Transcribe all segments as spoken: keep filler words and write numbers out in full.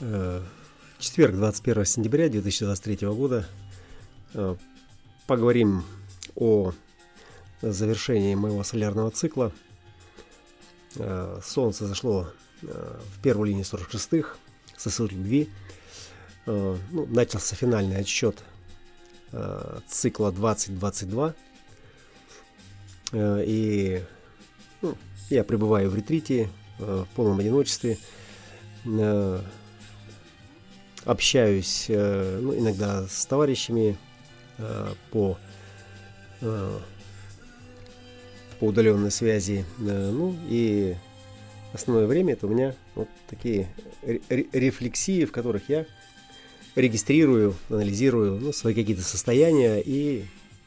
Четверг, двадцать первое сентября две тысячи двадцать третьего года. Поговорим о завершении моего солярного цикла. Солнце зашло в первую линию сорок шестых, сосуд любви. Ну, начался финальный отсчет цикла двадцать двадцать два. И ну, я пребываю в ретрите, в полном одиночестве. Общаюсь ну, иногда с товарищами по, по удаленной связи. Ну и основное время это у меня вот такие рефлексии, в которых я регистрирую, анализирую ну, свои какие-то состояния и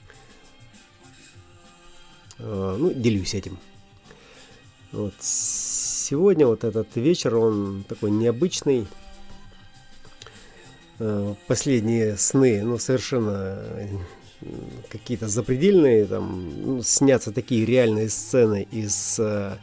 ну, делюсь этим. Вот. Сегодня вот этот вечер, он такой необычный. Последние сны, ну, совершенно какие-то запредельные, там, ну, снятся такие реальные сцены из, э,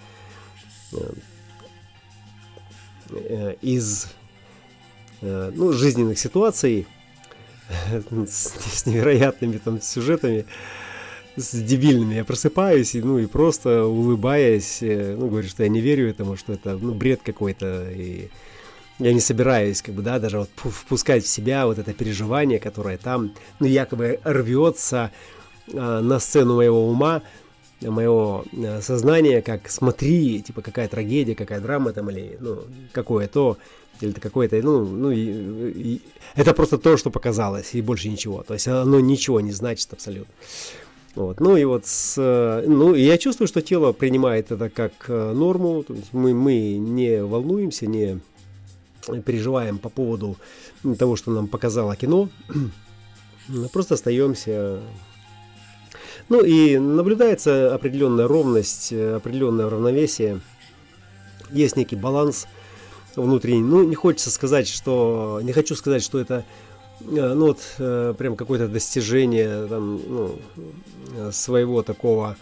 э, из э, ну, жизненных ситуаций с, с невероятными там сюжетами, с дебильными. Я просыпаюсь и, ну, и просто улыбаясь, ну, говорю, что я не верю этому, что это, ну, бред какой-то, и я не собираюсь, как бы, да, даже вот впускать в себя вот это переживание, которое там, ну, якобы рвется э, на сцену моего ума, моего э, сознания, как смотри, типа, какая трагедия, какая драма там, или, ну, какое то, или это какое-то, ну, ну, и, и, это просто то, что показалось, и больше ничего. То есть оно ничего не значит абсолютно. Вот. Ну и вот с, ну, я чувствую, что тело принимает это как норму, то есть мы, мы не волнуемся, не переживаем по поводу того, что нам показало кино, просто остаемся. Ну и наблюдается определенная ровность, определенное равновесие, есть некий баланс внутренний. Ну, не хочется сказать, что, не хочу сказать, что это, ну вот, прям какое-то достижение там, ну, своего такого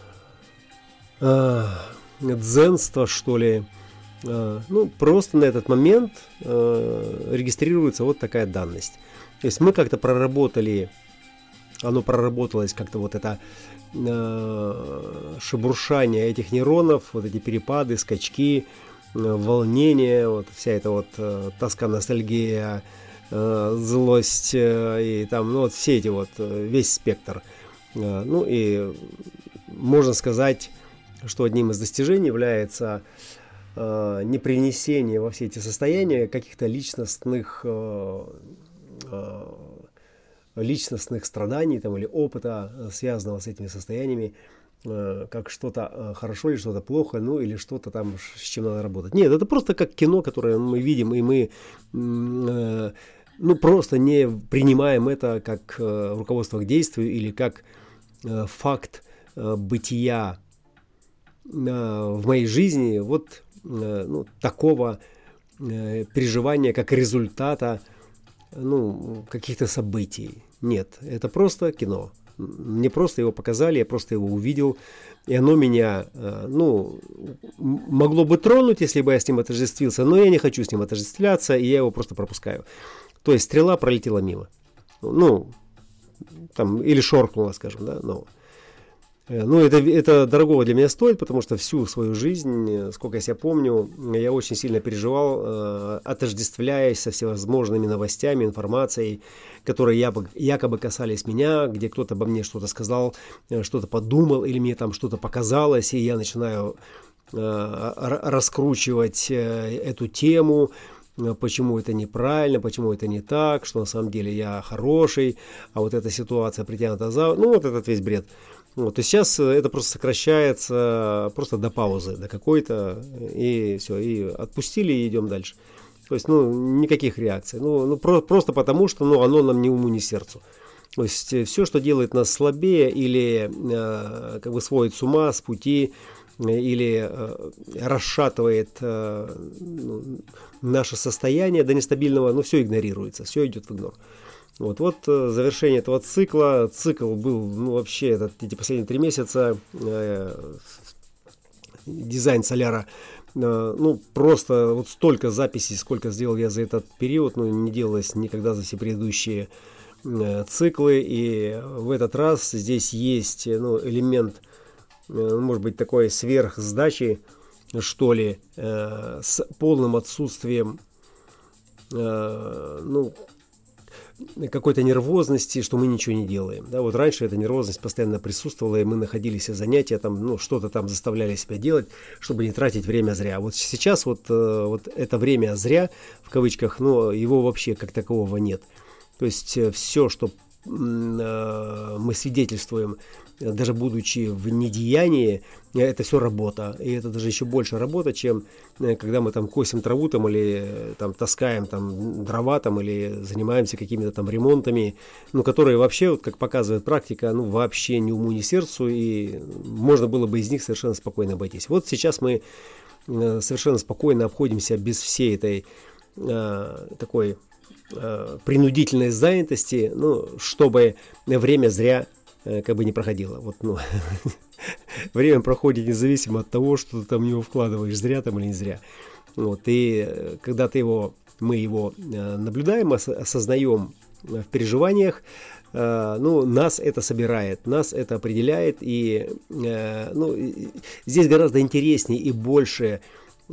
э, дзенства, что ли. Ну, просто на этот момент э, регистрируется вот такая данность. То есть мы как-то проработали, оно проработалось как-то вот это э, шебуршание этих нейронов, вот эти перепады, скачки, э, волнение, вот вся эта вот э, тоска, ностальгия, э, злость э, и там, ну вот все эти вот, э, весь спектр. Э, ну и можно сказать, что одним из достижений является не принесение во все эти состояния каких-то личностных, личностных страданий там, или опыта, связанного с этими состояниями, как что-то хорошо или что-то плохо, ну или что-то там, с чем надо работать. Нет, это просто как кино, которое мы видим, и мы ну, просто не принимаем это как руководство к действию или как факт бытия в моей жизни, вот ну, такого э, переживания, как результата ну, каких-то событий. Нет, это просто кино. Мне просто его показали, я просто его увидел, и оно меня э, ну, могло бы тронуть, если бы я с ним отождествился, но я не хочу с ним отождествляться, и я его просто пропускаю. То есть стрела пролетела мимо. Ну, там, или шоркнула, скажем, да, но... Ну, это, это дорогого для меня стоит, потому что всю свою жизнь, сколько я себя помню, я очень сильно переживал, э, отождествляясь со всевозможными новостями, информацией, которые якобы касались меня, где кто-то обо мне что-то сказал, что-то подумал, или мне там что-то показалось, и я начинаю э, раскручивать э, эту тему, почему это неправильно, почему это не так, что на самом деле я хороший, а вот эта ситуация притянута за... Ну, вот этот весь бред. Вот, и сейчас это просто сокращается просто до паузы, до какой-то, и все, и отпустили, и идем дальше. То есть, ну, никаких реакций. Ну, ну про, просто потому, что ну, оно нам ни уму, ни сердцу. То есть, все, что делает нас слабее или э, как бы сводит с ума, с пути, или э, расшатывает э, ну, наше состояние до нестабильного, ну, все игнорируется, все идет в игнор. Вот, вот завершение этого цикла. Цикл был, ну, вообще, этот, эти последние три месяца э, дизайн соляра ну, просто вот столько записей, сколько сделал я за этот период, ну, не делалось никогда за все предыдущие циклы. И в этот раз здесь есть, ну, элемент, может быть, такой сверхсдачи, что ли, с полным отсутствием, ну, какой-то нервозности, что мы ничего не делаем. Да, вот раньше эта нервозность постоянно присутствовала, и мы находились в занятия, там, ну, что-то там заставляли себя делать, чтобы не тратить время зря. Вот сейчас вот, вот это время зря, в кавычках, но его вообще как такового нет. То есть все, что мы свидетельствуем, даже будучи в недеянии, это все работа. И это даже еще больше работа, чем когда мы там косим траву там, или там, таскаем там, дрова там, или занимаемся какими-то там ремонтами, ну, которые вообще, вот, как показывает практика, ну, вообще ни уму, ни сердцу, и можно было бы из них совершенно спокойно обойтись. Вот сейчас мы совершенно спокойно обходимся без всей этой э, такой э, принудительной занятости, ну, чтобы время зря как бы не проходило. Вот, ну, время проходит независимо от того, что ты там в него вкладываешь, зря там или не зря. Вот, и когда ты его, мы его наблюдаем, осознаем в переживаниях, ну, нас это собирает, нас это определяет, и, ну, здесь гораздо интереснее и больше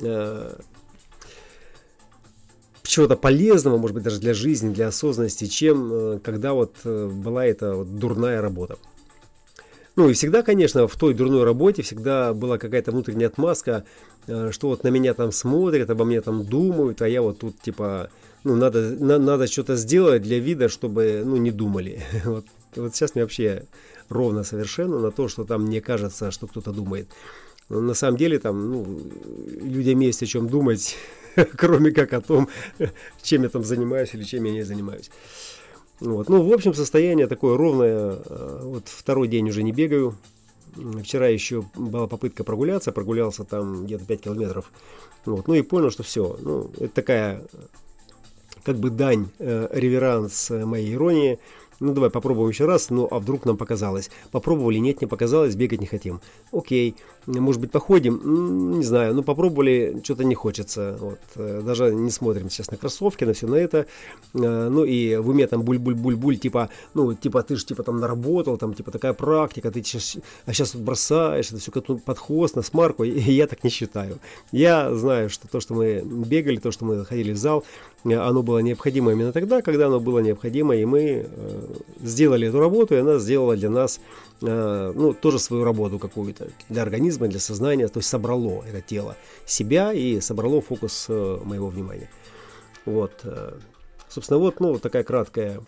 чего-то полезного, может быть, даже для жизни, для осознанности, чем когда вот была эта вот дурная работа. Ну и всегда, конечно, в той дурной работе всегда была какая-то внутренняя отмазка, что вот на меня там смотрят, обо мне там думают, а я вот тут типа, ну, надо, на, надо что-то сделать для вида, чтобы, ну, не думали. Вот, вот сейчас мне вообще ровно совершенно на то, что там мне кажется, что кто-то думает. Но на самом деле там, ну, людям есть о чем думать, кроме как о том, чем я там занимаюсь или чем я не занимаюсь. Вот. Ну, в общем, состояние такое ровное. Вот второй день уже не бегаю. Вчера еще была попытка прогуляться. Прогулялся там где-то пять километров. Вот. Ну и понял, что все. Ну, это такая как бы дань, э, реверанс моей иронии. Ну, давай попробуем еще раз, ну, а вдруг нам показалось. Попробовали, нет, не показалось, бегать не хотим. Окей, может быть, походим, не знаю, ну, попробовали, что-то не хочется. Вот. Даже не смотрим сейчас на кроссовки, на все на это. Ну, и в уме там буль-буль-буль-буль, типа, ну, типа, ты же, типа, там наработал, там, типа, такая практика, ты сейчас, а сейчас вот бросаешь, это все под хвост, на смарку, и я так не считаю. Я знаю, что то, что мы бегали, то, что мы ходили в зал, оно было необходимо именно тогда, когда оно было необходимо, и мы сделали эту работу, и она сделала для нас, ну, тоже свою работу какую-то, для организма, для сознания, то есть собрало это тело себя и собрало фокус моего внимания. Вот, собственно, вот, ну, такая краткая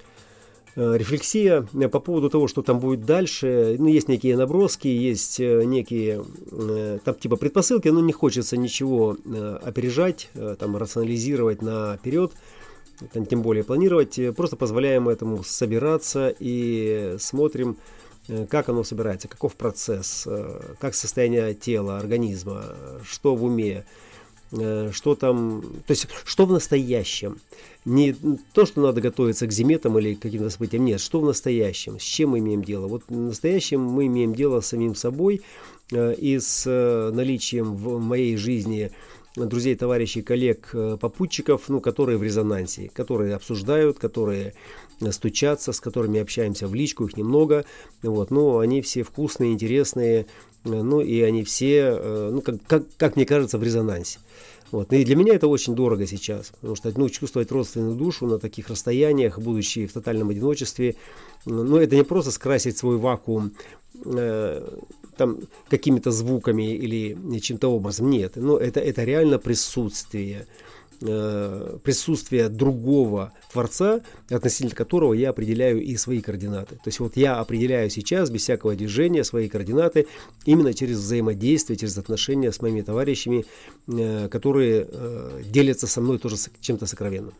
рефлексия по поводу того, что там будет дальше. Ну, есть некие наброски, есть некие там типа предпосылки, но не хочется ничего опережать, там рационализировать наперед, там, тем более планировать. Просто позволяем этому собираться и смотрим, как оно собирается, каков процесс, как состояние тела, организма, что в уме, что там, то есть что в настоящем. Не то, что надо готовиться к зиме там, или к каким-то событиям, нет, что в настоящем, с чем мы имеем дело. Вот в настоящем мы имеем дело с самим собой и с наличием в моей жизни друзей, товарищей, коллег, попутчиков, ну, которые в резонансе, которые обсуждают, которые стучатся, с которыми общаемся в личку, их немного, вот, но они все вкусные, интересные, ну, и они все, ну, как, как, как мне кажется, в резонансе. Вот. И для меня это очень дорого сейчас, потому что, ну, чувствовать родственную душу на таких расстояниях, будучи в тотальном одиночестве, ну, это не просто скрасить свой вакуум э, там, какими-то звуками или чем-то образом, нет, но это, это реально присутствие, э, присутствие другого Творца, относительно которого я определяю и свои координаты. То есть вот я определяю сейчас без всякого движения свои координаты именно через взаимодействие, через отношения с моими товарищами, э, которые э, делятся со мной тоже чем-то сокровенным.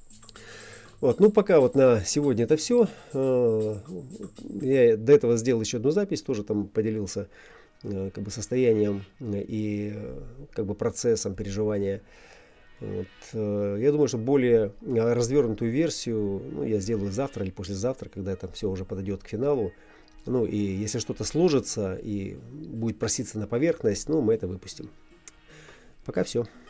Вот, ну, пока вот на сегодня это все. Я до этого сделал еще одну запись, тоже там поделился как бы состоянием и как бы процессом переживания. Вот. Я думаю, что более развернутую версию, ну, я сделаю завтра или послезавтра, когда это все уже подойдет к финалу. Ну, и если что-то сложится и будет проситься на поверхность, ну, мы это выпустим. Пока все.